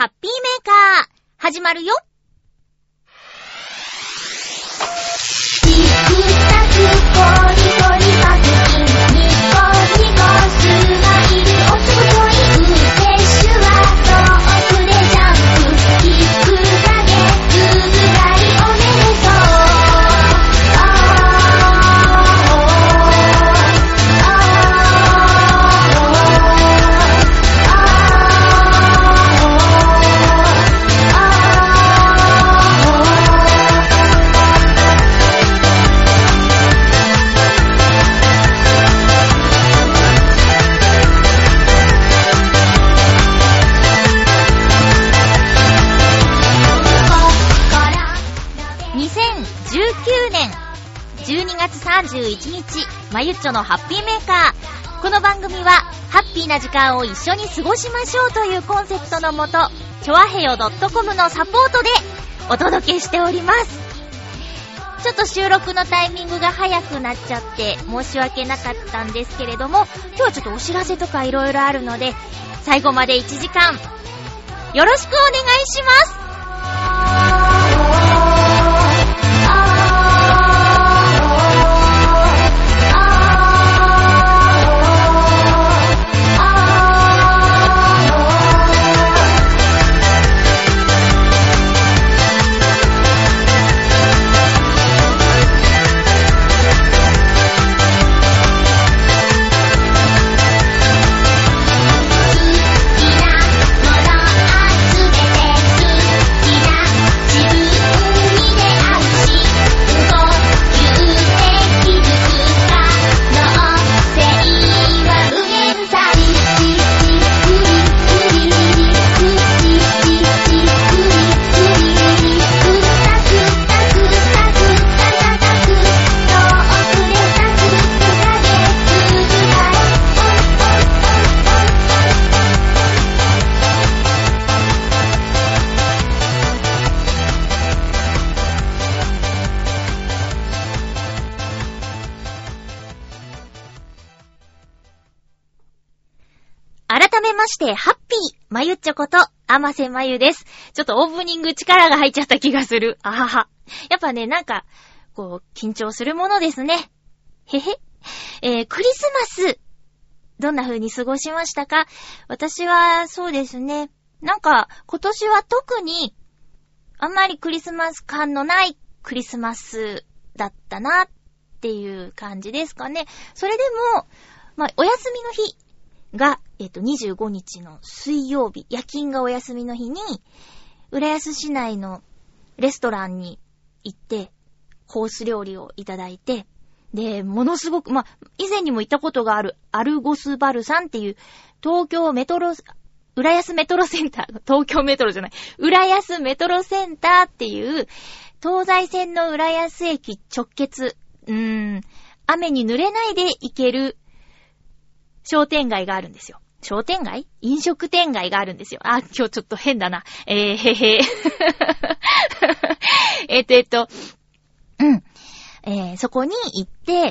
ハッピーメーカー始まるよ。12月31日、まゆっちょのハッピーメーカー。この番組はハッピーな時間を一緒に過ごしましょうというコンセプトのもと、ちょわへよ .com のサポートでお届けしております。ちょっと収録のタイミングが早くなっちゃって申し訳なかったんですけれども、今日はちょっとお知らせとかいろいろあるので、最後まで1時間よろしくお願いします。ハッピーまゆっちょこと甘瀬まゆです。ちょっとオープニング力が入っちゃった気がする。あはは。やっぱね、なんかこう緊張するものですね。へへ。クリスマスどんな風に過ごしましたか？私はそうですね。なんか今年は特にあんまりクリスマス感のないクリスマスだったなっていう感じですかね。それでもお休みの日が、25日の水曜日、夜勤がお休みの日に、浦安市内のレストランに行って、コース料理をいただいて、で、ものすごく、以前にも行ったことがあるアルゴスバルさんっていう、浦安メトロセンター、東京メトロじゃない、浦安メトロセンターっていう、東西線の浦安駅直結、雨に濡れないで行ける商店街があるんですよ。商店街？飲食店街があるんですよ。今日ちょっと変だな。へへ。そこに行って、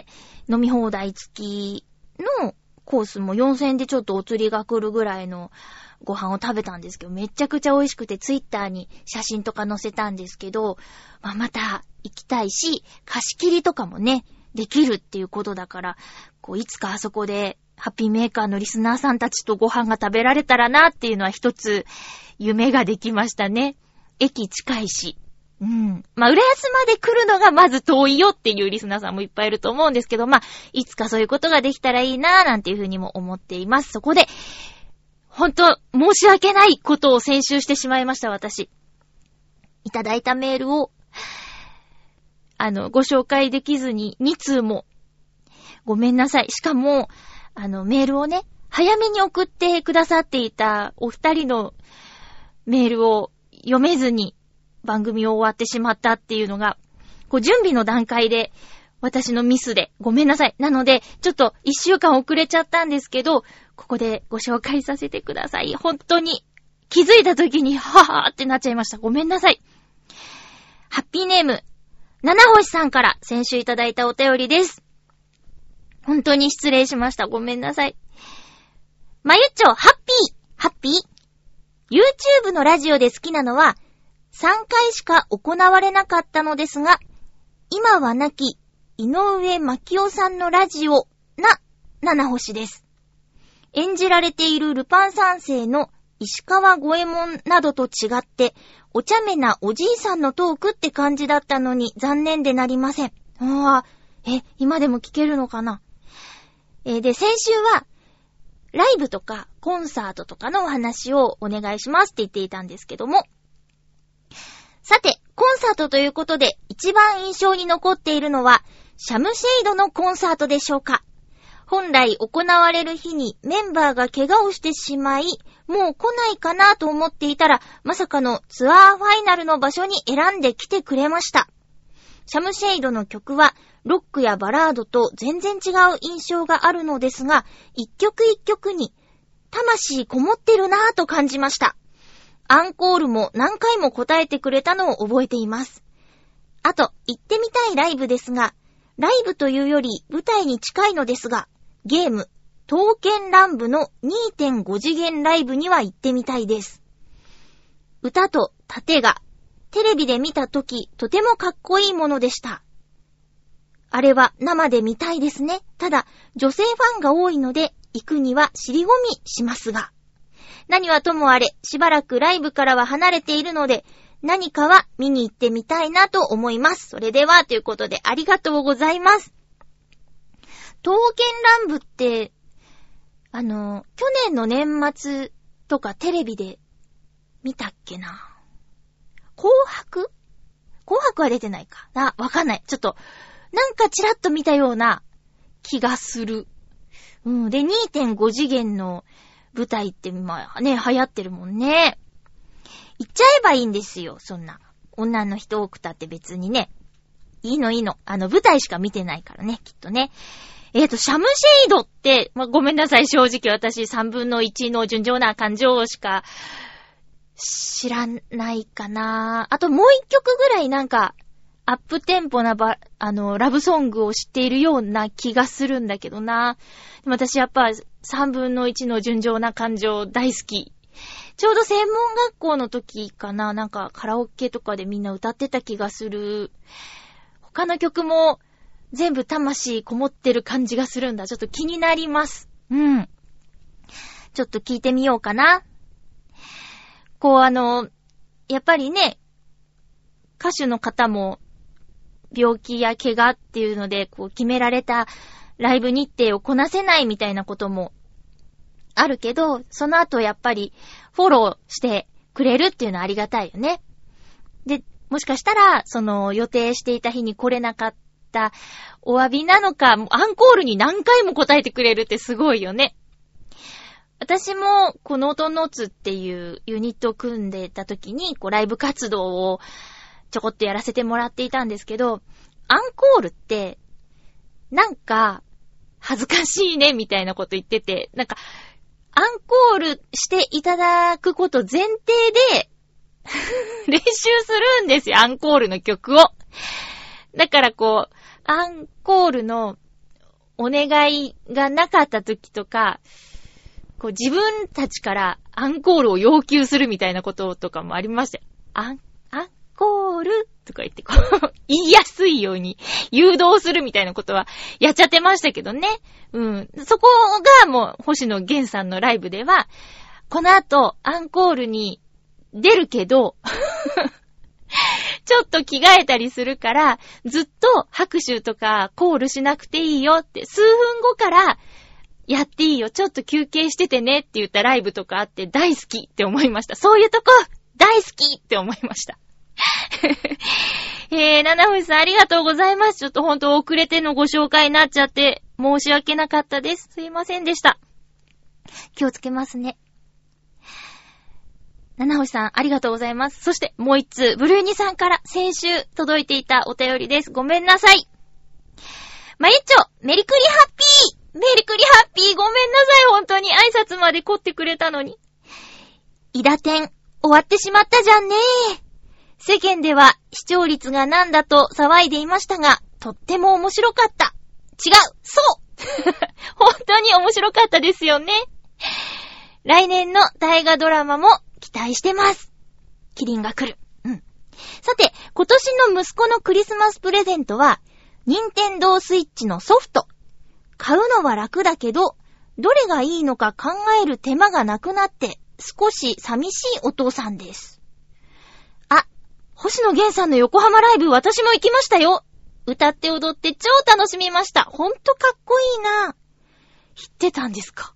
飲み放題付きのコースも4000円でちょっとお釣りが来るぐらいのご飯を食べたんですけど、めちゃくちゃ美味しくてツイッターに写真とか載せたんですけど、また行きたいし、貸し切りとかもね、できるっていうことだから、いつかあそこでハッピーメーカーのリスナーさんたちとご飯が食べられたらなっていうのは一つ夢ができましたね。駅近いし。浦安まで来るのがまず遠いよっていうリスナーさんもいっぱいいると思うんですけど、いつかそういうことができたらいいなーなんていうふうにも思っています。そこで、本当申し訳ないことを先週してしまいました、私。いただいたメールを、ご紹介できずに2通も、ごめんなさい。しかも、メールをね、早めに送ってくださっていたお二人のメールを読めずに番組を終わってしまったっていうのが、準備の段階で私のミスでごめんなさい。なので、ちょっと1週間遅れちゃったんですけど、ここでご紹介させてください。本当に気づいた時にはぁってなっちゃいました。ごめんなさい。ハッピーネーム、七星さんから先週いただいたお便りです。本当に失礼しました。ごめんなさい。まゆっちょ、ハッピー YouTube のラジオで好きなのは3回しか行われなかったのですが、今は亡き井上真紀夫さんのラジオな7星です。演じられているルパン三世の石川五右衛門などと違ってお茶目なおじいさんのトークって感じだったのに残念でなりません。今でも聞けるのかな。で、先週はライブとかコンサートとかのお話をお願いしますって言っていたんですけども、さて、コンサートということで一番印象に残っているのはシャムシェイドのコンサートでしょうか。本来行われる日にメンバーが怪我をしてしまい、もう来ないかなと思っていたら、まさかのツアーファイナルの場所に選んできてくれました。シャムシェイドの曲はロックやバラードと全然違う印象があるのですが、一曲一曲に魂こもってるなぁと感じました。アンコールも何回も答えてくれたのを覚えています。あと、行ってみたいライブですが、ライブというより舞台に近いのですが、ゲーム、刀剣乱舞の 2.5 次元ライブには行ってみたいです。歌と盾がテレビで見たときとてもかっこいいものでした。あれは生で見たいですね。ただ女性ファンが多いので行くには尻込みしますが、何はともあれしばらくライブからは離れているので何かは見に行ってみたいなと思います。それではということでありがとうございます。刀剣乱舞って、去年の年末とかテレビで見たっけな。紅白は出てないか。わかんない。ちょっと、なんかちらっと見たような気がする。で、2.5 次元の舞台ってまあね、流行ってるもんね。行っちゃえばいいんですよ、そんな。女の人多くたって別にね。いいの。舞台しか見てないからね、きっとね。シャムシェイドって、ごめんなさい、正直私3分の1の純情な感情しか知らないかな。あともう一曲ぐらいなんか、アップテンポなラブソングを知っているような気がするんだけどな。でも私やっぱ3分の1の純情な感情大好き。ちょうど専門学校の時かな、なんかカラオケとかでみんな歌ってた気がする。他の曲も全部魂こもってる感じがするんだ。ちょっと気になります。ちょっと聞いてみようかな。やっぱりね、歌手の方も病気や怪我っていうので、決められたライブ日程をこなせないみたいなこともあるけど、その後やっぱりフォローしてくれるっていうのはありがたいよね。で、もしかしたら、予定していた日に来れなかったお詫びなのか、アンコールに何回も答えてくれるってすごいよね。私も、ノートノーツっていうユニットを組んでた時に、ライブ活動をちょこっとやらせてもらっていたんですけど、アンコールって、なんか、恥ずかしいね、みたいなこと言ってて、なんか、アンコールしていただくこと前提で、練習するんですよ、アンコールの曲を。だからアンコールのお願いがなかった時とか、自分たちからアンコールを要求するみたいなこととかもありました。アンコールとか言って言いやすいように誘導するみたいなことはやっちゃってましたけどね。そこがもう星野源さんのライブでは、この後アンコールに出るけど、ちょっと着替えたりするから、ずっと拍手とかコールしなくていいよって、数分後からやっていいよ、ちょっと休憩しててねって言ったライブとかあって大好きって思いました。そういうとこ大好きって思いました。七星さんありがとうございます。ちょっとほんと遅れてのご紹介になっちゃって申し訳なかったです。すいませんでした。気をつけますね。七星さんありがとうございます。そしてもう一通、ブルーニさんから先週届いていたお便りです。ごめんなさい。まゆっちょ、メリクリハッピー、メリクリハッピー、ごめんなさい。本当に挨拶まで凝ってくれたのに。イダテン終わってしまったじゃんね。世間では視聴率がなんだと騒いでいましたが、とっても面白かった。違う、そう本当に面白かったですよね。来年の大河ドラマも期待してます。キリンが来る。さて、今年の息子のクリスマスプレゼントは、任天堂スイッチのソフト。買うのは楽だけど、どれがいいのか考える手間がなくなって、少し寂しいお父さんです。あ、星野源さんの横浜ライブ私も行きましたよ。歌って踊って超楽しみました。ほんとかっこいいな。知ってたんですか。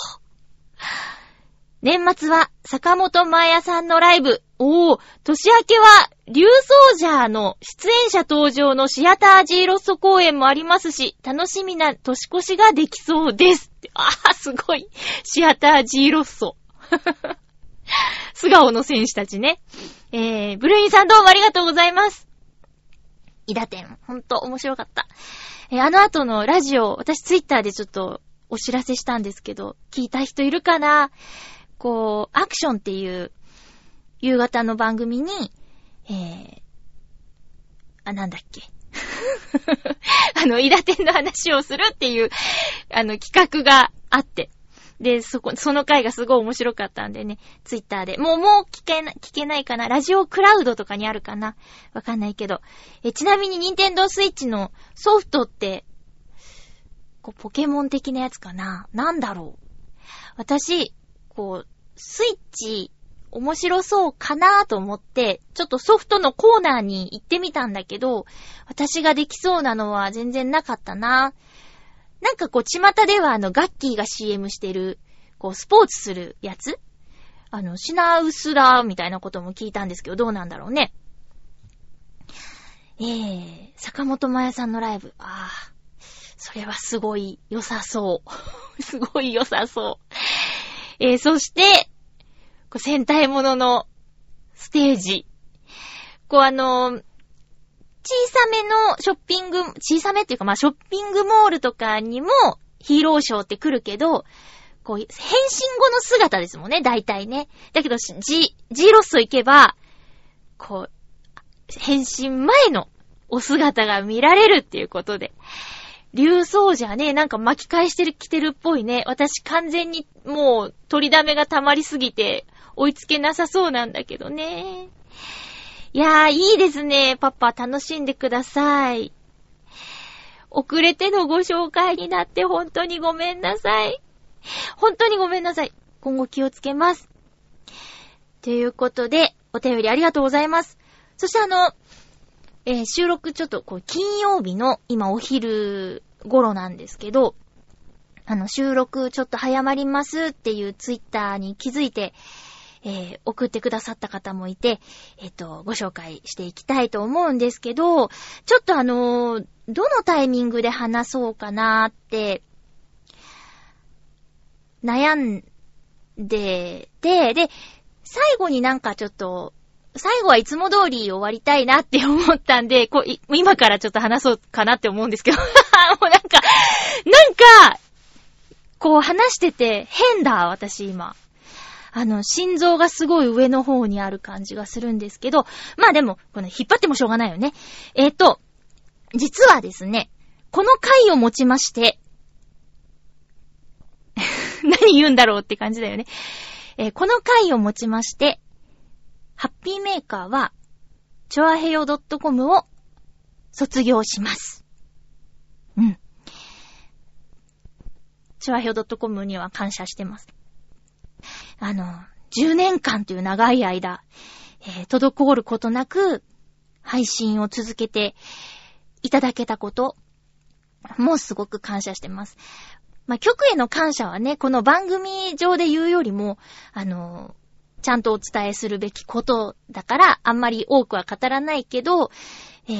年末は坂本真綾さんのライブ。年明けは竜奏者の出演者登場のシアター G ロッソ公演もありますし、楽しみな年越しができそうです。すごい。シアター G ロッソ。素顔の選手たちね。ブルーインさんどうもありがとうございます。イダテン、ほんと面白かった。あの後のラジオ、私ツイッターでちょっとお知らせしたんですけど、聞いた人いるかな？アクションっていう夕方の番組に、なんだっけ。イダテンの話をするっていう、企画があって。で、その回がすごい面白かったんでね、ツイッターで。もう聞けないかな？ラジオクラウドとかにあるかな？わかんないけど。ちなみにニンテンドースイッチのソフトって、ポケモン的なやつかな？なんだろう？私、スイッチ、面白そうかなと思って、ちょっとソフトのコーナーに行ってみたんだけど、私ができそうなのは全然なかったな。なんか巷ではガッキーが CM してる、スポーツするやつ？品薄だ、みたいなことも聞いたんですけど、どうなんだろうね。坂本真綾さんのライブ。それはすごい良さそう。すごい良さそう。そして、戦隊もののステージ。小さめのショッピング、小さめっていうかショッピングモールとかにもヒーローショーって来るけど、変身後の姿ですもんね、大体ね。だけど、G ロッソ行けば、変身前のお姿が見られるっていうことで。竜奏者ね、なんか巻き返してきてるっぽいね。私完全にもう取りだめが溜まりすぎて追いつけなさそうなんだけどね。いやー、いいですね。パパ楽しんでください。遅れてのご紹介になって本当にごめんなさい。本当にごめんなさい。今後気をつけます。ということで、お便りありがとうございます。そして収録ちょっと金曜日の今お昼頃なんですけど、収録ちょっと早まりますっていうツイッターに気づいて、送ってくださった方もいて、ご紹介していきたいと思うんですけど、ちょっとどのタイミングで話そうかなって悩んでて、で、最後になんかちょっと最後はいつも通り終わりたいなって思ったんで、今からちょっと話そうかなって思うんですけど、もうなんか、話してて変だ、私今。心臓がすごい上の方にある感じがするんですけど、でも、引っ張ってもしょうがないよね。実はですね、この回をもちまして、何言うんだろうって感じだよね。この回をもちまして、ハッピーメーカーは、チョアヘヨ .com を卒業します。チョアヘヨ .com には感謝してます。10年間という長い間、滞ることなく、配信を続けていただけたこと、もうすごく感謝してます。局への感謝はね、この番組上で言うよりも、ちゃんとお伝えするべきことだから、あんまり多くは語らないけど、チ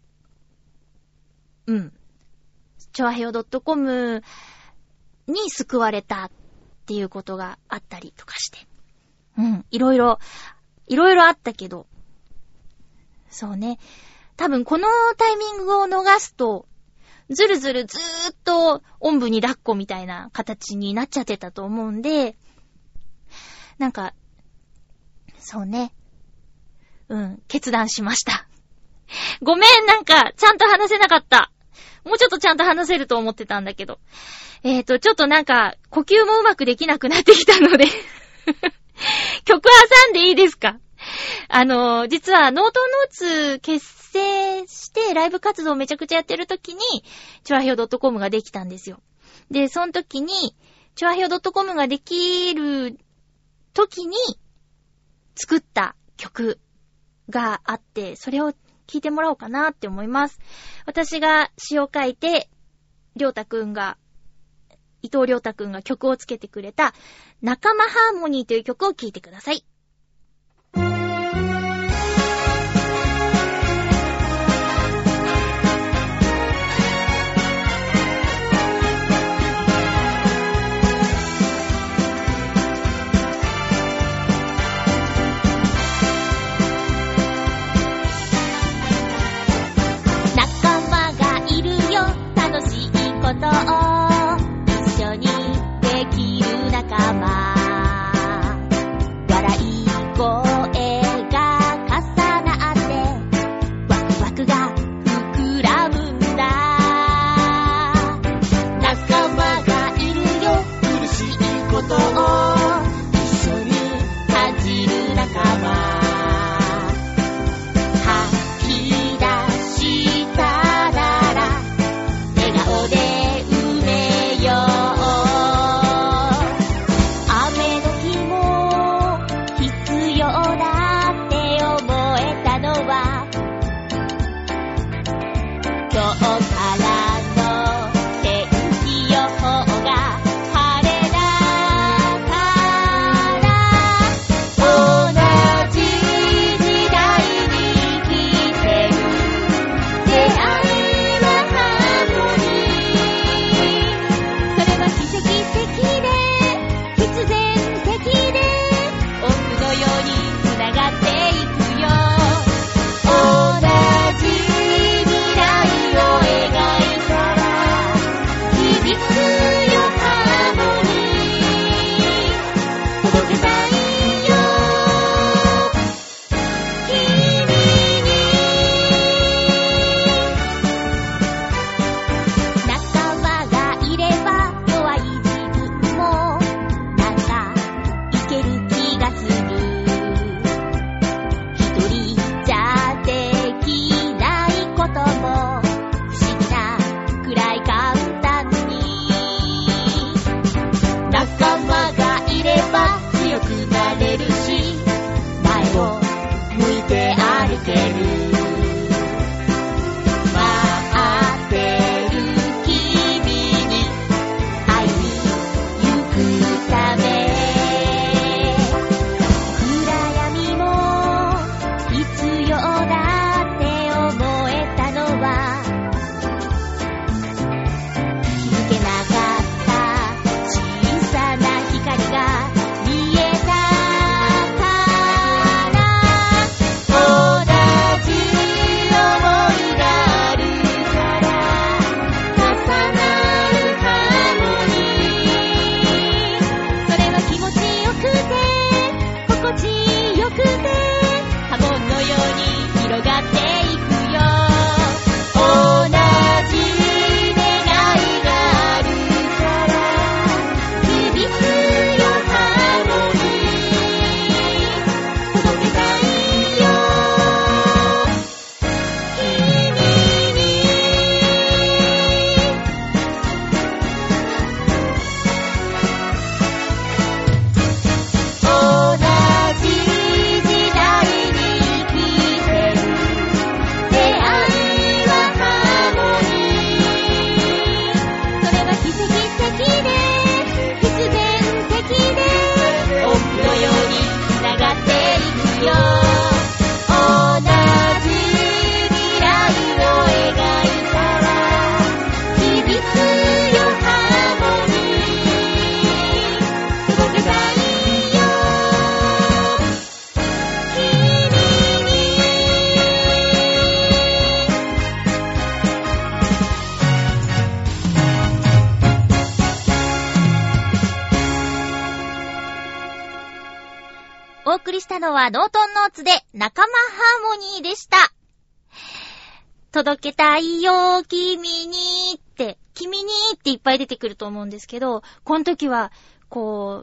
ョアヘヨ .com に救われたっていうことがあったりとかして。いろいろあったけど、そうね。多分このタイミングを逃すと、ずるずーっとおんぶに抱っこみたいな形になっちゃってたと思うんで、なんか、そうね。決断しました。ごめん、なんか、ちゃんと話せなかった。もうちょっとちゃんと話せると思ってたんだけど。ちょっとなんか、呼吸もうまくできなくなってきたので。 曲挟んでいいですか？実はノートノーツ結成してライブ活動をめちゃくちゃやってる時に、チョアヘオ .com ができたんですよ。で、その時に、チョアヘオ .com ができる時に作った曲があって、それを聴いてもらおうかなって思います。私が詩を書いて、伊藤亮太くんが曲をつけてくれた仲間ハーモニーという曲を聴いてください。 仲間がいるよ、楽しいことをできる仲間、笑い声が重なってワクワクが膨らむんだ。仲間がいるよ、苦しいことを一緒に感じる仲間、吐き出したなら笑顔で埋めよう。お送りしたのはノートンノーツで仲間ハーモニーでした。届けたいよ君にっていっぱい出てくると思うんですけど、この時はこう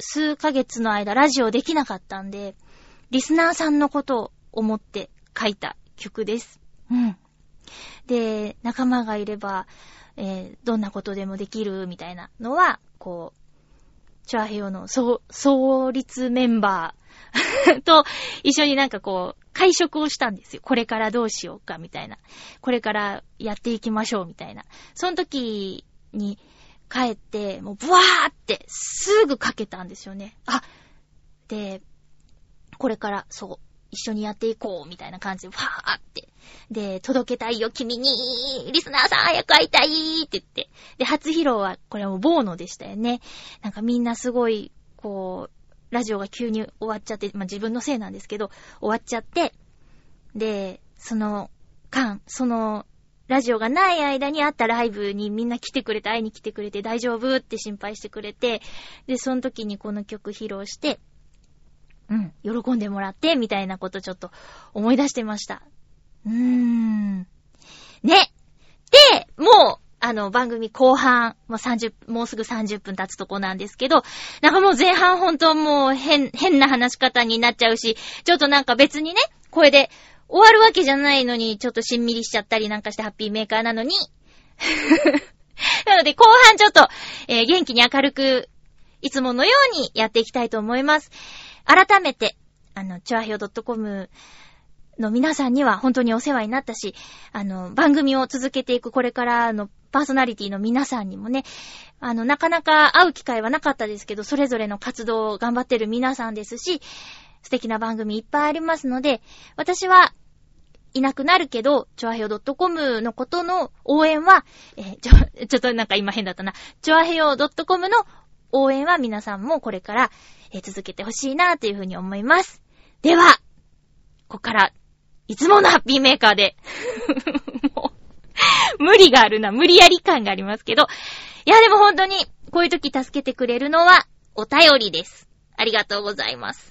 数ヶ月の間ラジオできなかったんで、リスナーさんのことを思って書いた曲です。うん。で、仲間がいれば、どんなことでもできるみたいなのは、こう、チョアヘヨの創立メンバーと一緒になんかこう、会食をしたんですよ。これからどうしようかみたいな。これからやっていきましょうみたいな。その時に帰って、もうブワーってすぐ書けたんですよね。で、これからそう、一緒にやっていこうみたいな感じで、ファーって。で、届けたいよ君に、リスナーさん早く会いたいって言って。で、初披露は、これはもうボーノでしたよね。なんかみんなすごい、こう、ラジオが急に終わっちゃって、自分のせいなんですけど、終わっちゃって、で、そのラジオがない間にあったライブにみんな来てくれて、会いに来てくれて、大丈夫って心配してくれて、で、その時にこの曲披露して、喜んでもらって、みたいなことちょっと思い出してました。ね。で、もう、番組後半、もうすぐ30分経つとこなんですけど、なんかもう前半本当もう変な話し方になっちゃうし、ちょっとなんか別にね、これで終わるわけじゃないのに、ちょっとしんみりしちゃったりなんかしてハッピーメーカーなのに。なので後半ちょっと、元気に明るく、いつものようにやっていきたいと思います。改めて、チョアヘヨ .com の皆さんには本当にお世話になったし、番組を続けていくこれからのパーソナリティの皆さんにもね、なかなか会う機会はなかったですけど、それぞれの活動を頑張ってる皆さんですし、素敵な番組いっぱいありますので、私はいなくなるけど、チョアヘヨ .com のことの応援は、ちょっとなんか今変だったな。チョアヘヨ .com の応援は皆さんもこれから、続けてほしいなというふうに思います。では、ここからいつものハッピーメーカーでもう無理があるな、無理やり感がありますけど、いやでも本当にこういう時助けてくれるのはお便りです。ありがとうございます。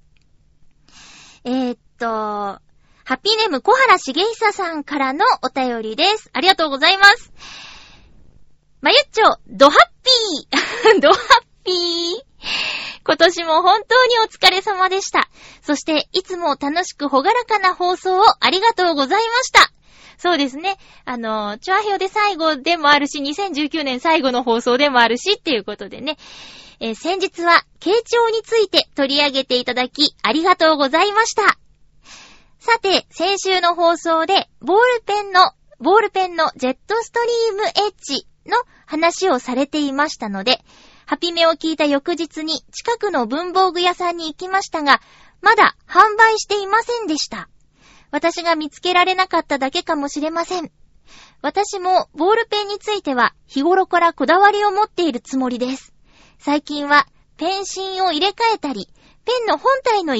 ハッピーネーム小原茂久さんからのお便りです。ありがとうございます。まゆっちょ、ドハッピードハッピー今年も本当にお疲れ様でした。そしていつも楽しくほがらかな放送をありがとうございました。そうですね。チョアヘヨで最後でもあるし、2019年最後の放送でもあるしっていうことでね。先日は傾聴について取り上げていただきありがとうございました。さて、先週の放送でボールペンのジェットストリームエッジの話をされていましたので、ハピメを聞いた翌日に近くの文房具屋さんに行きましたが、まだ販売していませんでした。私が見つけられなかっただけかもしれません。私もボールペンについては日頃からこだわりを持っているつもりです。最近はペン芯を入れ替えたり、ペンの本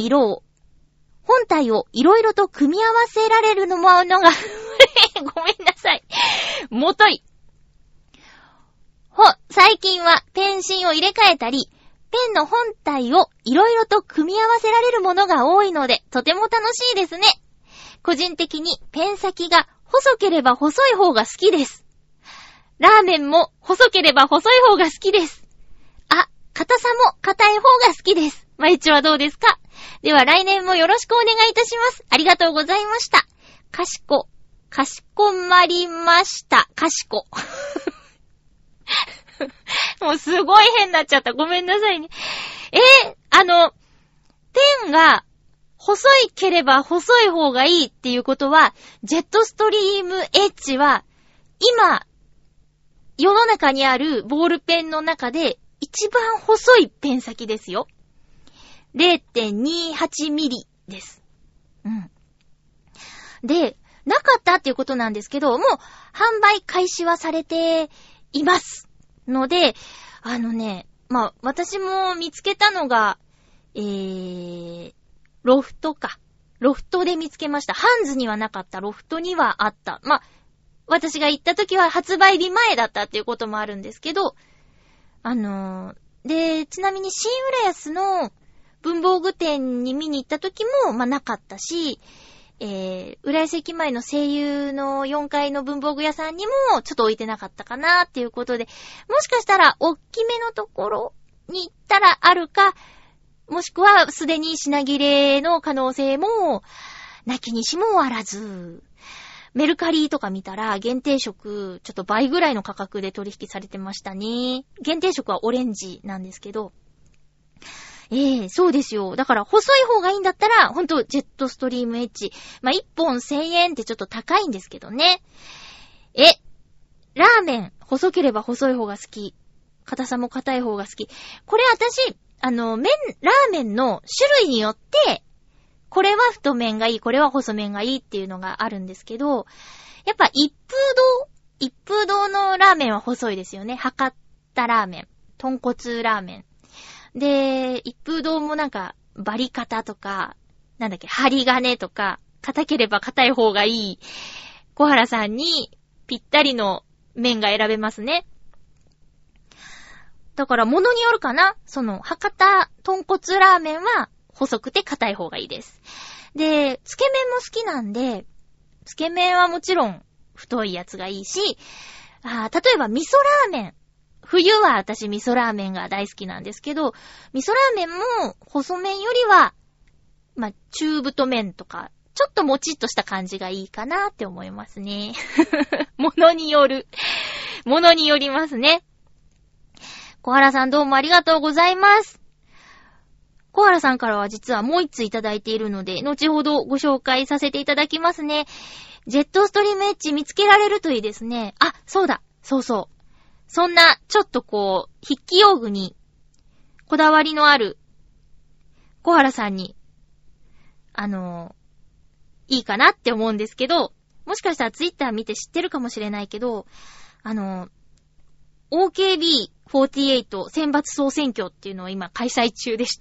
体をいろいろと組み合わせられるのがごめんなさい。もとい。最近はペン芯を入れ替えたり、ペンの本体をいろいろと組み合わせられるものが多いので、とても楽しいですね。個人的にペン先が細ければ細い方が好きです。ラーメンも細ければ細い方が好きです。硬さも硬い方が好きです。まゆちはどうですか？では来年もよろしくお願いいたします。ありがとうございました。かしこまりました。もうすごい変になっちゃった。ごめんなさいね。ペンが細いければ細い方がいいっていうことは、ジェットストリームエッジは、今、世の中にあるボールペンの中で一番細いペン先ですよ。0.28 ミリです。で、なかったっていうことなんですけど、もう販売開始はされていますので、私も見つけたのが、ロフトで見つけました。ハンズにはなかった、ロフトにはあった。私が行った時は発売日前だったっていうこともあるんですけど、で、ちなみに新浦安の文房具店に見に行った時も、なかったし、浦安駅前の声優の4階の文房具屋さんにもちょっと置いてなかったかなっていうことで、もしかしたら大きめのところに行ったらあるか、もしくはすでに品切れの可能性もなきにしもあらず。メルカリとか見たら限定色ちょっと倍ぐらいの価格で取引されてましたね。限定色はオレンジなんですけど。そうですよ。だから細い方がいいんだったら、ほんとジェットストリームエッジ。まあ、1本1000円ってちょっと高いんですけどね。ラーメン、細ければ細い方が好き。硬さも硬い方が好き。これ私、ラーメンの種類によって、これは太麺がいい、これは細麺がいいっていうのがあるんですけど、やっぱ一風堂のラーメンは細いですよね。博多ラーメン、豚骨ラーメン。で、一風堂もなんか、バリカタとか、なんだっけ、針金とか、硬ければ硬い方がいい、小原さんにぴったりの麺が選べますね。だから物によるかな。その博多豚骨ラーメンは細くて硬い方がいいです。で、つけ麺も好きなんで、つけ麺はもちろん太いやつがいいし、例えば味噌ラーメン。冬は私味噌ラーメンが大好きなんですけど、味噌ラーメンも細麺よりは、まあ、中太麺とか、ちょっともちっとした感じがいいかなって思いますね。物によりますね。小原さんどうもありがとうございます。小原さんからは実はもう一ついただいているので、後ほどご紹介させていただきますね。ジェットストリームエッジ見つけられるといいですね。あ、そうだ。そうそう。そんな、ちょっとこう、筆記用具に、こだわりのある、小原さんに、いいかなって思うんですけど、もしかしたらツイッター見て知ってるかもしれないけど、OKB48 選抜総選挙っていうのを今開催中でして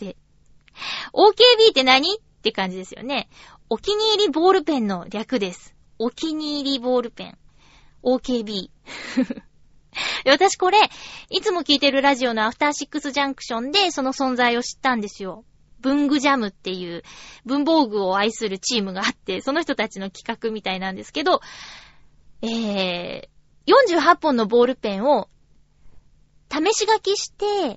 、OKB って何って感じですよね。お気に入りボールペンの略です。お気に入りボールペン。OKB。私これ、いつも聞いてるラジオのアフターシックスジャンクションでその存在を知ったんですよ。文具ジャムっていう文房具を愛するチームがあって、その人たちの企画みたいなんですけど、48本のボールペンを試し書きして、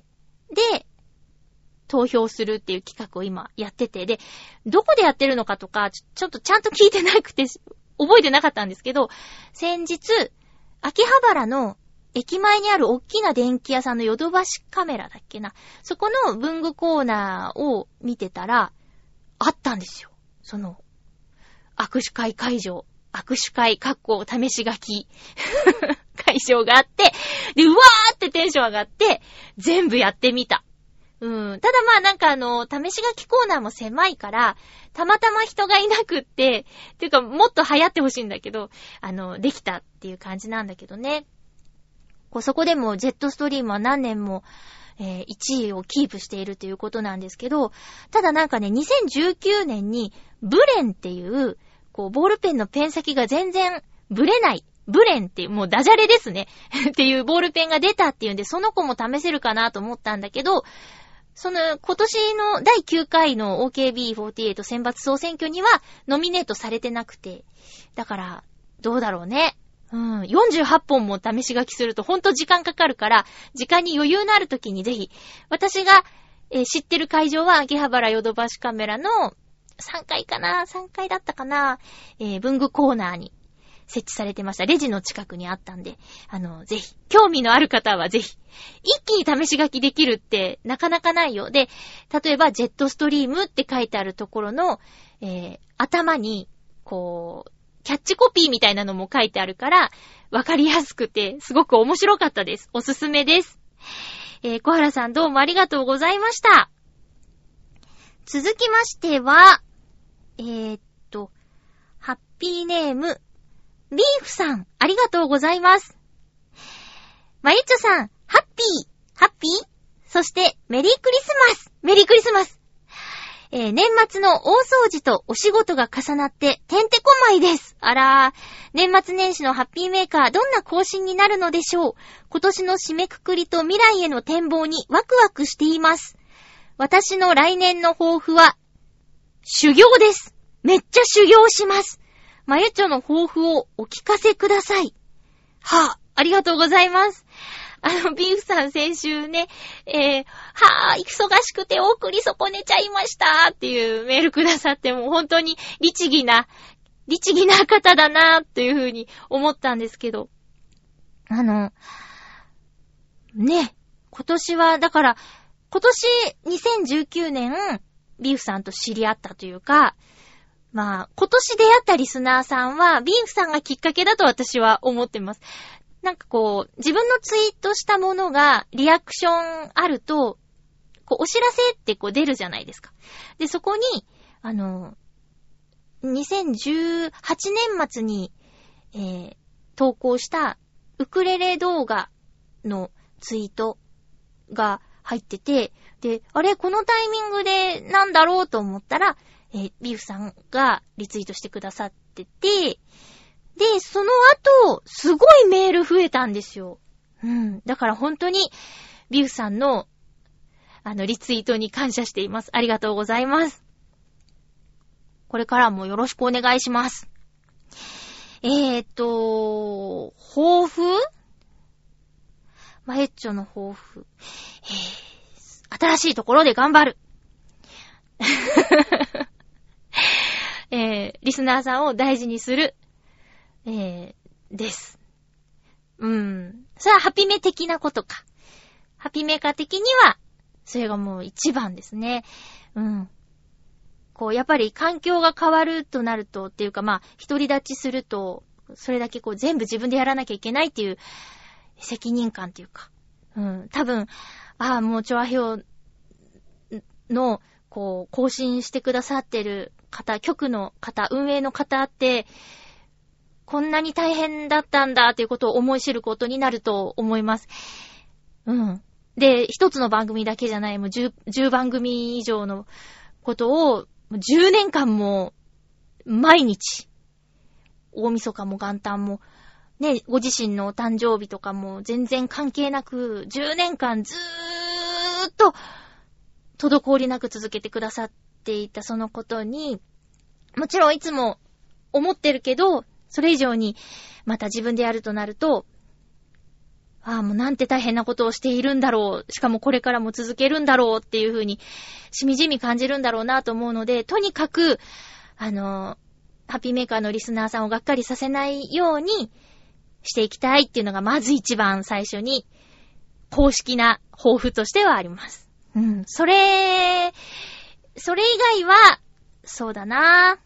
で、投票するっていう企画を今やってて、で、どこでやってるのかとか、ちょっとちゃんと聞いてなくて、覚えてなかったんですけど、先日、秋葉原の駅前にある大きな電気屋さんのヨドバシカメラだっけな。そこの文具コーナーを見てたら、あったんですよ。その、握手会会場。握手会、試し書き。会場があって、で、うわーってテンション上がって、全部やってみた。ただまあなんか試し書きコーナーも狭いから、たまたま人がいなくって、ていうかもっと流行ってほしいんだけど、できたっていう感じなんだけどね。そこでもジェットストリームは何年も、1位をキープしているということなんですけど、ただなんかね、2019年にブレンっていう、ボールペンのペン先が全然ブレない。ブレンっていう、もうダジャレですね。っていうボールペンが出たっていうんで、その子も試せるかなと思ったんだけど、今年の第9回の OKB48 選抜総選挙にはノミネートされてなくて、だから、どうだろうね。48本も試し書きするとほんと時間かかるから、時間に余裕のある時にぜひ、私が、知ってる会場は秋葉原ヨドバシカメラの3階だったかな、文具コーナーに設置されてました。レジの近くにあったんで、ぜひ、興味のある方はぜひ、一気に試し書きできるってなかなかないよ。で、例えば、ジェットストリームって書いてあるところの、頭に、キャッチコピーみたいなのも書いてあるから、わかりやすくて、すごく面白かったです。おすすめです。小原さんどうもありがとうございました。続きましては、ハッピーネーム、ビーフさん、ありがとうございます。まゆちょさん、ハッピーそして、メリークリスマス年末の大掃除とお仕事が重なっててんてこまいです。あらー、年末年始のハッピーメーカーどんな更新になるのでしょう。今年の締めくくりと未来への展望にワクワクしています。私の来年の抱負は修行です。めっちゃ修行します。まゆちょの抱負をお聞かせください。はぁ、ありがとうございます。 ビーフさん先週ね、忙しくて送り損ねちゃいましたっていうメールくださって、もう本当に律儀な方だなというふうに思ったんですけど、ね、今年は、だから、今年2019年、ビーフさんと知り合ったというか、まあ、今年出会ったリスナーさんは、ビーフさんがきっかけだと私は思ってます。なんかこう、自分のツイートしたものがリアクションあると、こう、お知らせってこう出るじゃないですか。で、そこに、2018年末に、投稿したウクレレ動画のツイートが入ってて、で、あれこのタイミングでなんだろうと思ったら、ビーフさんがリツイートしてくださってて、で、その後、すごいメール増えたんですよ。うん。だから本当に、ビーフさんの、リツイートに感謝しています。ありがとうございます。これからもよろしくお願いします。抱負？マエッチョの抱負。新しいところで頑張る。リスナーさんを大事にする。です。それはハピメ的なことか。ハピメカ的には、それがもう一番ですね。こう、やっぱり環境が変わるとなると、っていうかまあ、独り立ちすると、それだけこう全部自分でやらなきゃいけないっていう責任感っていうか。多分、もうチョアヘオの、こう、更新してくださってる方、局の方、運営の方って、こんなに大変だったんだということを思い知ることになると思います。で、一つの番組だけじゃない、もう 10番組以上のことを、10年間も、毎日、大晦日も元旦も、ね、ご自身のお誕生日とかも全然関係なく、10年間ずーっと、滞りなく続けてくださっていたそのことに、もちろんいつも思ってるけど、それ以上にまた自分でやるとなると、もうなんて大変なことをしているんだろう。しかもこれからも続けるんだろうっていう風にしみじみ感じるんだろうなと思うので、とにかく、ハピメーカーのリスナーさんをがっかりさせないようにしていきたいっていうのがまず一番最初に公式な抱負としてはあります。それ以外は、そうだな。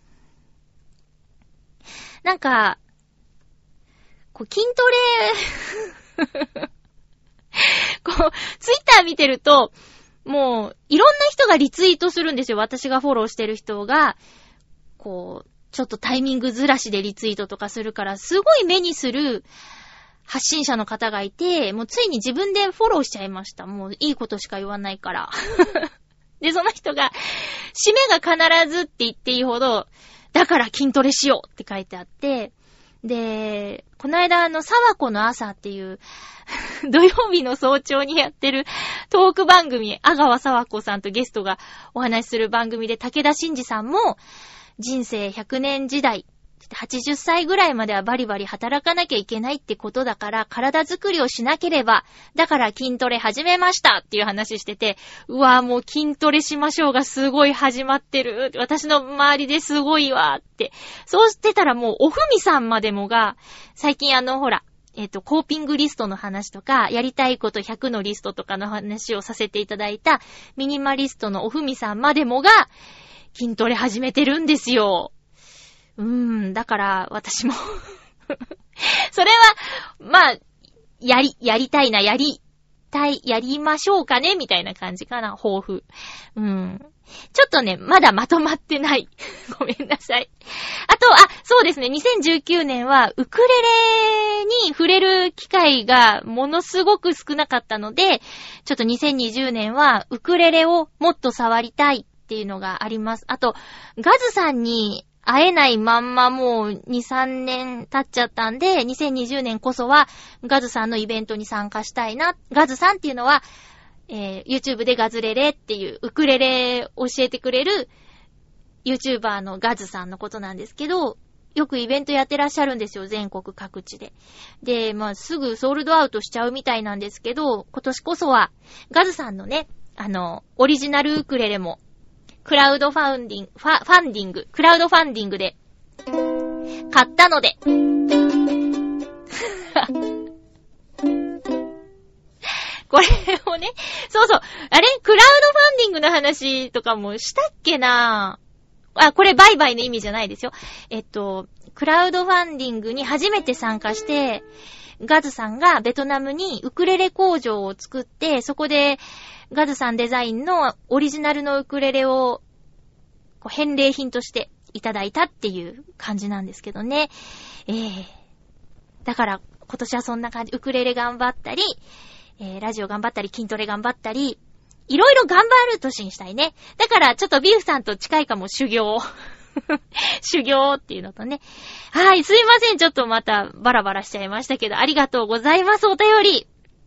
なんか、こう筋トレこうツイッター見てるともういろんな人がリツイートするんですよ。私がフォローしてる人がこうちょっとタイミングずらしでリツイートとかするからすごい目にする発信者の方がいて、もうついに自分でフォローしちゃいました。もういいことしか言わないからでその人が締めが必ずって言っていいほどだから筋トレしようって書いてあって、で、この間沢子の朝っていう土曜日の早朝にやってるトーク番組、阿川沢子さんとゲストがお話しする番組で武田真治さんも人生100年時代、80歳ぐらいまではバリバリ働かなきゃいけないってことだから体作りをしなければ、だから筋トレ始めましたっていう話してて、もう筋トレしましょうがすごい始まってる。私の周りですごいわって。そうしてたらもうおふみさんまでもが、最近ほら、コーピングリストの話とか、やりたいこと100のリストとかの話をさせていただいたミニマリストのおふみさんまでもが筋トレ始めてるんですよ。だから私もそれはまあやりたいな、やりましょうかねみたいな感じかな、抱負。ちょっとね、まだまとまってない。ごめんなさい。あと、そうですね、2019年はウクレレに触れる機会がものすごく少なかったので、ちょっと2020年はウクレレをもっと触りたいっていうのがあります。あと、ガズさんに会えないまんまもう2、3年経っちゃったんで、2020年こそはガズさんのイベントに参加したいな。ガズさんっていうのは、YouTube でガズレレっていうウクレレ教えてくれる YouTuber のガズさんのことなんですけど、 よくイベントやってらっしゃるんですよ、全国各地で。で、まあ、すぐソールドアウトしちゃうみたいなんですけど、今年こそは、ガズさんのね、オリジナルウクレレも、クラウドファンディングで、買ったので、これをね、そうそう、あれクラウドファンディングの話とかもしたっけなあ、これ売買の意味じゃないですよ。クラウドファンディングに初めて参加して、ガズさんがベトナムにウクレレ工場を作って、そこでガズさんデザインのオリジナルのウクレレを返礼品としていただいたっていう感じなんですけどね。だから今年はそんな感じ、ウクレレ頑張ったり、ラジオ頑張ったり、筋トレ頑張ったり、いろいろ頑張る年にしたいね。だからちょっとビーフさんと近いかも、修行。修行っていうのとね。はい、すいません。ちょっとまたバラバラしちゃいましたけど、ありがとうございます、お便り。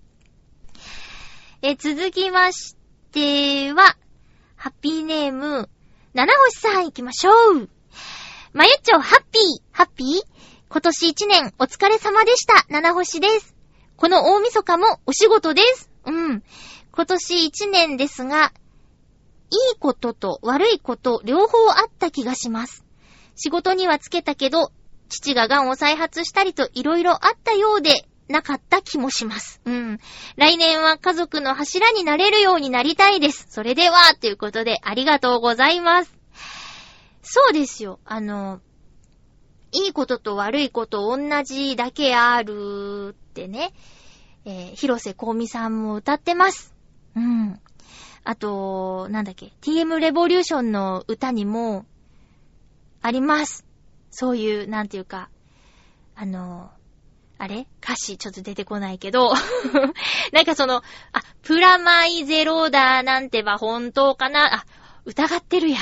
続きましては、ハッピーネーム、七星さん行きましょう。まゆっちょ、ハッピー今年1年お疲れ様でした。七星です。この大晦日もお仕事です。今年1年ですが、いいことと悪いこと両方あった気がします。仕事にはつけたけど、父が癌を再発したりといろいろあったようでなかった気もします。来年は家族の柱になれるようになりたいです。それでは、ということでありがとうございます。そうですよ。いいことと悪いこと同じだけあるってね、広瀬香美さんも歌ってます。あと、なんだっけ、TM レボリューションの歌にもあります。そういう、なんていうか、あれ歌詞ちょっと出てこないけど、なんかプラマイゼロだなんてば本当かな、疑ってるや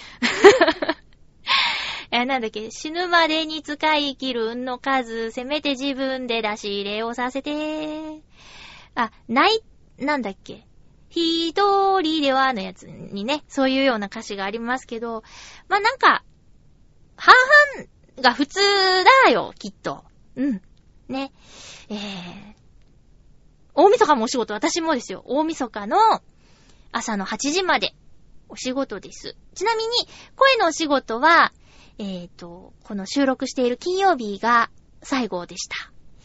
ん。なんだっけ、死ぬまでに使い切る運の数、せめて自分で出し入れをさせて、なんだっけ、一人ではのやつにね、そういうような歌詞がありますけど、まあ、なんか、半々が普通だよ、きっと。ね。大晦日もお仕事、私もですよ。大晦日の朝の8時までお仕事です。ちなみに、声のお仕事は、この収録している金曜日が最後でした。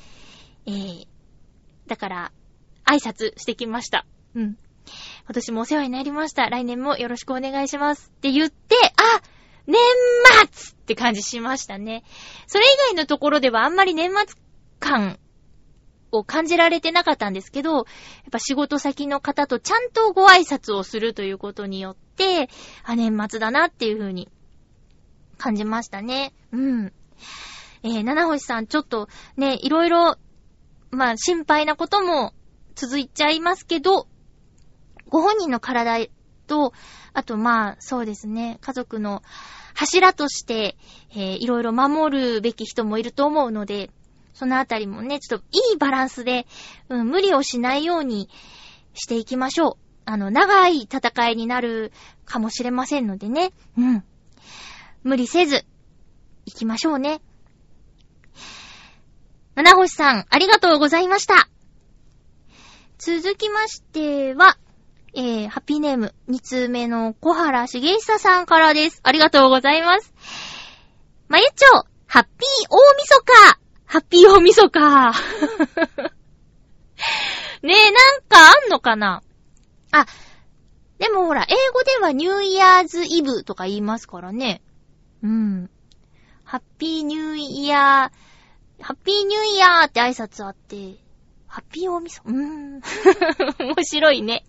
だから、挨拶してきました。今年もお世話になりました。来年もよろしくお願いします。って言って、年末って感じしましたね。それ以外のところではあんまり年末感を感じられてなかったんですけど、やっぱ仕事先の方とちゃんとご挨拶をするということによって、年末だなっていう風に感じましたね。七星さん、ちょっとね、いろいろ、まあ心配なことも続いちゃいますけど、ご本人の体と、あとまあそうですね、家族の柱として、いろいろ守るべき人もいると思うので、そのあたりもね、ちょっといいバランスで、無理をしないようにしていきましょう。長い戦いになるかもしれませんのでね。無理せず、行きましょうね。七星さん、ありがとうございました。続きましては、ハッピーネーム、2通目の小原茂久さんからです。ありがとうございます。まゆっちょ、ハッピー大晦日ハッピー大晦日ねえ、なんかあんのかな。でもほら、英語ではニューイヤーズイブとか言いますからね。ハッピーニューイヤーって挨拶あって、ハッピー大晦日。面白いね。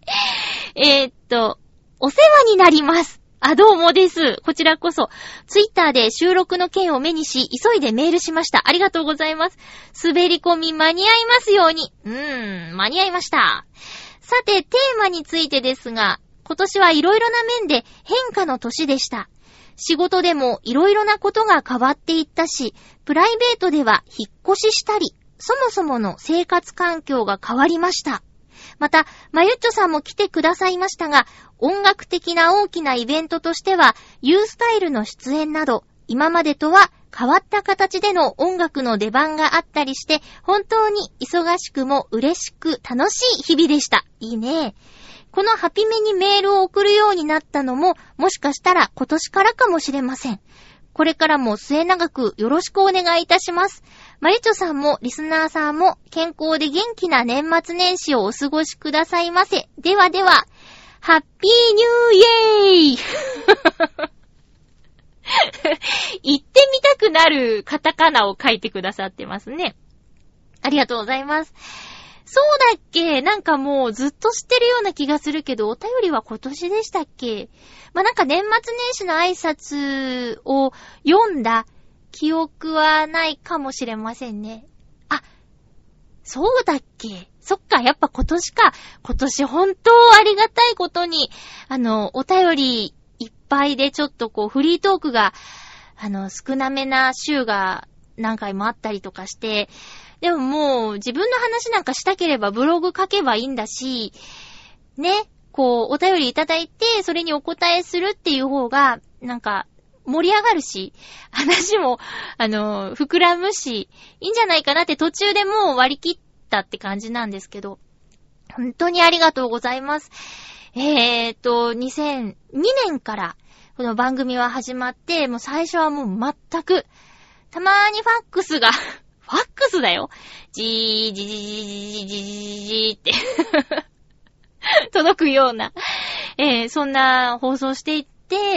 お世話になります。どうもです。こちらこそ、ツイッターで収録の件を目にし、急いでメールしました。ありがとうございます。滑り込み間に合いますように。間に合いました。さて、テーマについてですが、今年はいろいろな面で変化の年でした。仕事でもいろいろなことが変わっていったし、プライベートでは引っ越ししたり、そもそもの生活環境が変わりました。また、まゆっちょさんも来てくださいましたが、音楽的な大きなイベントとしては、ユースタイルの出演など、 今までとは変わった形での音楽の出番があったりして、本当に忙しくも嬉しく楽しい日々でした。いいね。このハピメにメールを送るようになったのも、もしかしたら今年からかもしれません。これからも末永くよろしくお願いいたします。マリチョさんもリスナーさんも健康で元気な年末年始をお過ごしくださいませ。ではでは、ハッピーニューイエーイ言ってみたくなるカタカナを書いてくださってますね。ありがとうございます。そうだっけ？なんかもうずっと知ってるような気がするけど、お便りは今年でしたっけ？まあ、なんか年末年始の挨拶を読んだ記憶はないかもしれませんね。あ、そうだっけ？そっか、やっぱ今年か。今年本当ありがたいことに、お便りいっぱいでちょっとこうフリートークが、少なめな週が何回もあったりとかして、でももう自分の話なんかしたければブログ書けばいいんだし、ね、こうお便りいただいてそれにお答えするっていう方がなんか盛り上がるし、話も膨らむし、いいんじゃないかなって途中でもう割り切ったって感じなんですけど、本当にありがとうございます。2002年からこの番組は始まって、もう最初はもう全くたまーにファックスがファックスだよ。じーじーじーじーじーじーって届くような、そんな放送していって、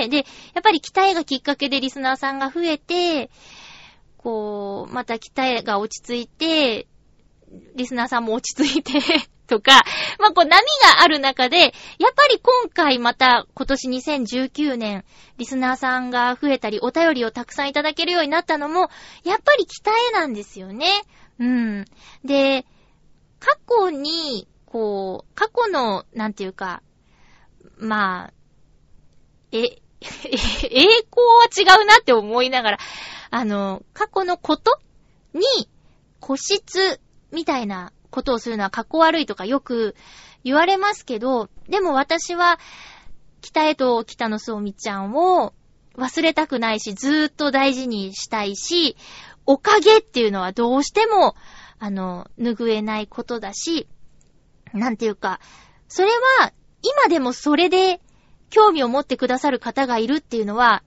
で、やっぱり期待がきっかけでリスナーさんが増えて、こう、また期待が落ち着いて、リスナーさんも落ち着いて、とか、まあ、こう波がある中で、やっぱり今回また今年2019年、リスナーさんが増えたり、お便りをたくさんいただけるようになったのも、やっぱり期待なんですよね。うん。で、過去に、こう、過去の、なんていうか、まあ、栄光は違うなって思いながら、過去のことに固執みたいなことをするのはかっこ悪いとかよく言われますけど、でも私は北へと北のすおみちゃんを忘れたくないし、ずーっと大事にしたいし、おかげっていうのはどうしても拭えないことだし、なんていうか、それは今でもそれで興味を持ってくださる方がいるっていうのは、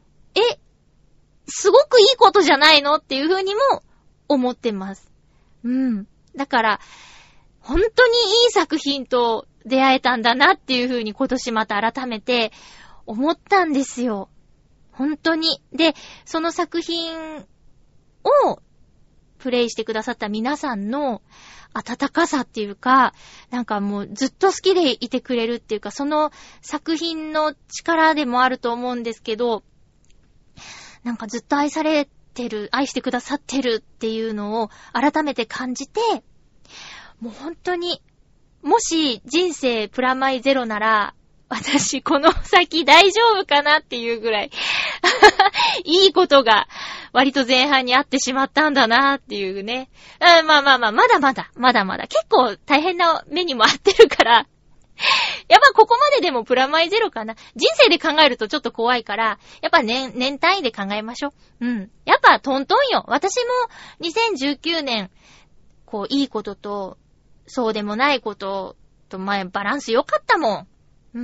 すごくいいことじゃないのっていうふうにも思ってます。うん。だから、本当にいい作品と出会えたんだなっていう風に今年また改めて思ったんですよ。本当に。で、その作品をプレイしてくださった皆さんの温かさっていうか、なんかもうずっと好きでいてくれるっていうか、その作品の力でもあると思うんですけど、なんかずっと愛されてる、愛してくださってるっていうのを改めて感じて、もう本当に、もし人生プラマイゼロなら、私この先大丈夫かなっていうぐらいいいことが割と前半にあってしまったんだなっていうね。まだまだ結構大変な目にも遭ってるからやっぱここまででもプラマイゼロかな。人生で考えるとちょっと怖いから、やっぱ年単位で考えましょう。うん。やっぱトントンよ。私も2019年、こういいことと、そうでもないことと、バランス良かったもん。うん。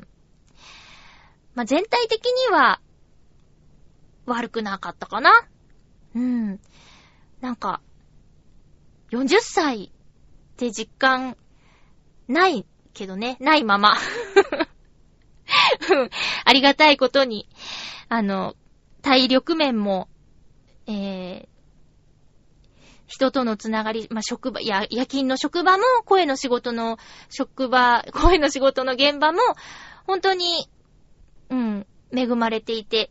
全体的には悪くなかったかな。うん。なんか、40歳って実感ないけどね、ないまま。ありがたいことに、体力面も、人とのつながり、職場、夜勤の職場も、声の仕事の現場も、本当に、恵まれていて、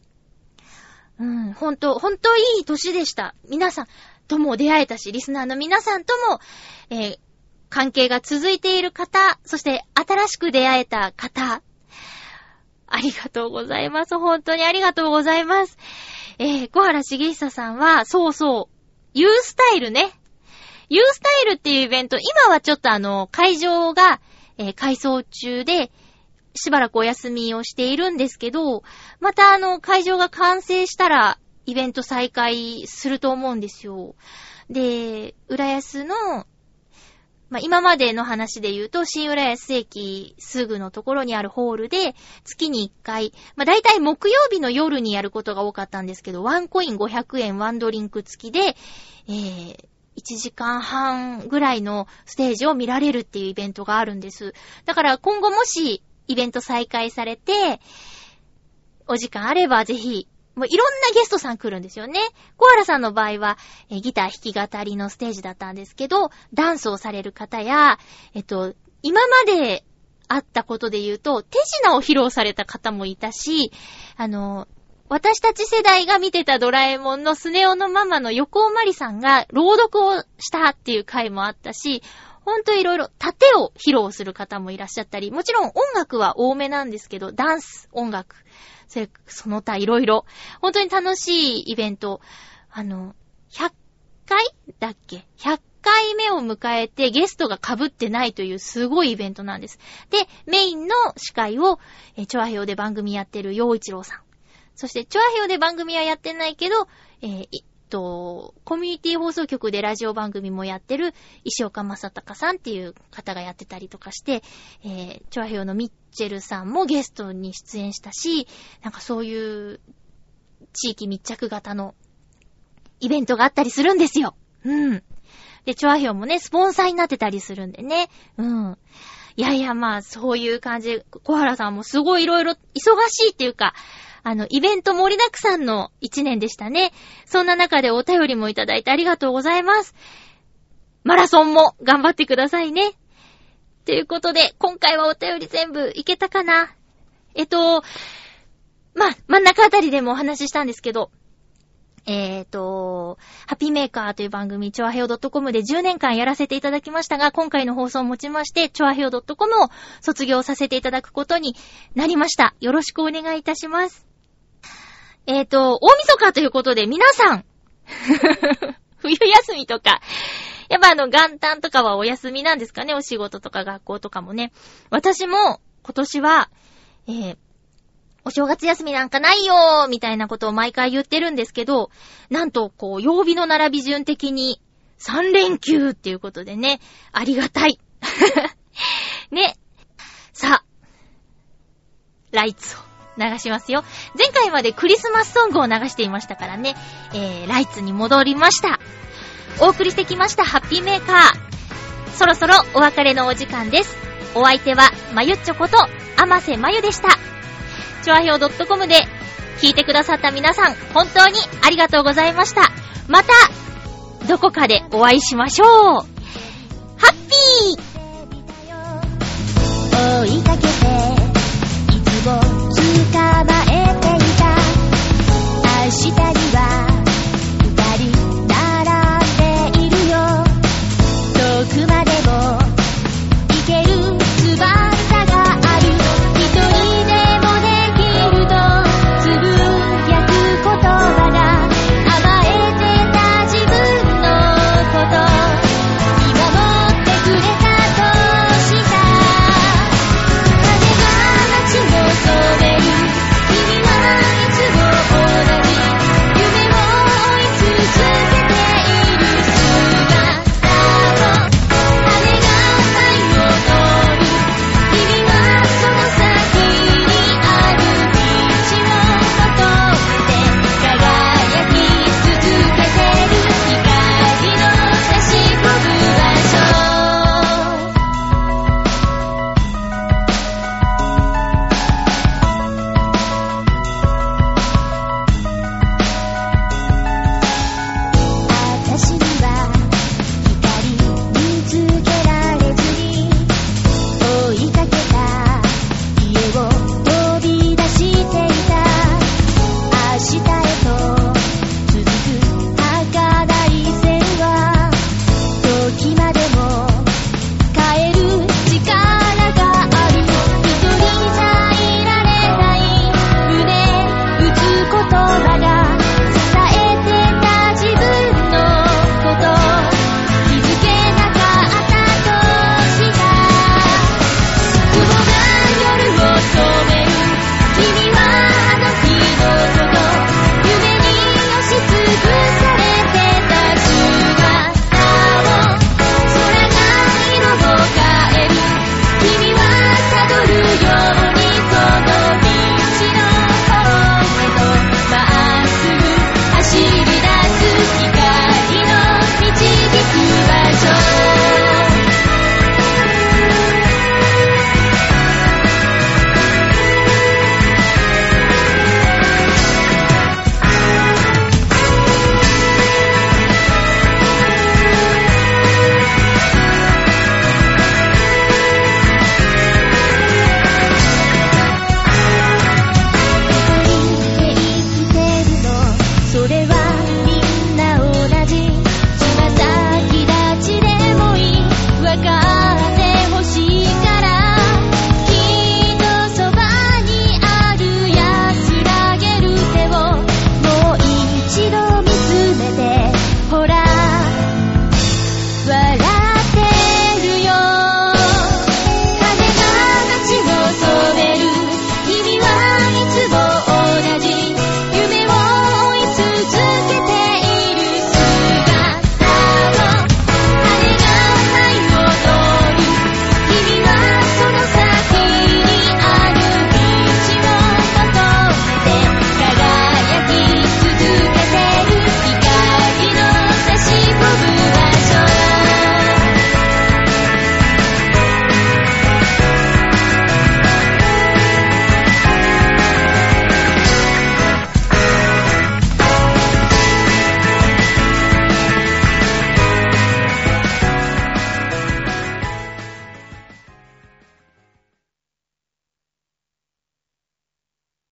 本当いい年でした。皆さんとも出会えたし、リスナーの皆さんとも、関係が続いている方、そして新しく出会えた方、ありがとうございます。本当にありがとうございます。小原茂久さんは、そう、ユースタイルね。ユースタイルっていうイベント、今はちょっと会場が、改装中で、 しばらくお休みをしているんですけど、また会場が完成したらイベント再開すると思うんですよ。で、浦安の、今までの話で言うと、新浦安駅すぐのところにあるホールで、月に1回、だいたい木曜日の夜にやることが多かったんですけど、ワンコイン500円ワンドリンク付きで、1時間半ぐらいのステージを見られるっていうイベントがあるんです。だから今後もしイベント再開されて、お時間あればぜひ、もういろんなゲストさん来るんですよね。小原さんの場合は、ギター弾き語りのステージだったんですけど、ダンスをされる方や、今まであったことで言うと、手品を披露された方もいたし、私たち世代が見てたドラえもんのスネ夫のママの横尾まりさんが朗読をしたっていう回もあったし、ほんといろいろ盾を披露する方もいらっしゃったり、もちろん音楽は多めなんですけど、ダンス、音楽、その他いろいろ、本当に楽しいイベント、100回だっけ ?100 回目を迎えてゲストが被ってないというすごいイベントなんです。で、メインの司会を、チョアヘヨで番組やってる陽一郎さん。そして、チョアヘヨで番組はやってないけど、コミュニティ放送局でラジオ番組もやってる石岡正隆さんっていう方がやってたりとかして、チョアヘヨのミッチェルさんもゲストに出演したし、なんかそういう地域密着型のイベントがあったりするんですよ。うん。で、チョアヘヨもね、スポンサーになってたりするんでね。うん。いやいや、そういう感じで、小原さんもすごいいろいろ忙しいっていうか、イベント盛りだくさんの1年でしたね。そんな中でお便りもいただいてありがとうございます。マラソンも頑張ってくださいね。ということで、今回はお便り全部いけたかな？真ん中あたりでもお話ししたんですけど、ハッピーメーカーという番組、チョアヘヨ .com で10年間やらせていただきましたが、今回の放送をもちまして、チョアヘヨ .com を卒業させていただくことになりました。よろしくお願いいたします。大晦日ということで、皆さん、冬休みとか、やっぱ元旦とかはお休みなんですかね、お仕事とか学校とかもね。私も今年は、お正月休みなんかないよーみたいなことを毎回言ってるんですけど、なんと曜日の並び順的に3連休っていうことでね、ありがたい。ね。さあ、ライツを流しますよ。前回までクリスマスソングを流していましたからね、ライツに戻りました。お送りしてきましたハッピーメーカー。そろそろお別れのお時間です。お相手はまゆっちょこと甘瀬まゆでした。チョアヘヨ .com で聞いてくださった皆さん、本当にありがとうございました。またどこかでお会いしましょう。ハッピー。追いかけていつも捕まえていた。明日には二人並んでいるよ。遠くまでも行ける翼がある。一人でもできるとつぶやく言葉が甘えてた自分のこと見守ってくれたとした。風が街を染める。君はいつも同じ夢を追い続けている姿を。雨が太陽を通る。君はその先にある道を求めて輝き続けてる。光の差し込む場所。私には光見つけられずに追いかけた家を飛び出していた。明日へと続く儚い線は時までも変える力がある。一人じゃいられない胸打つ言葉が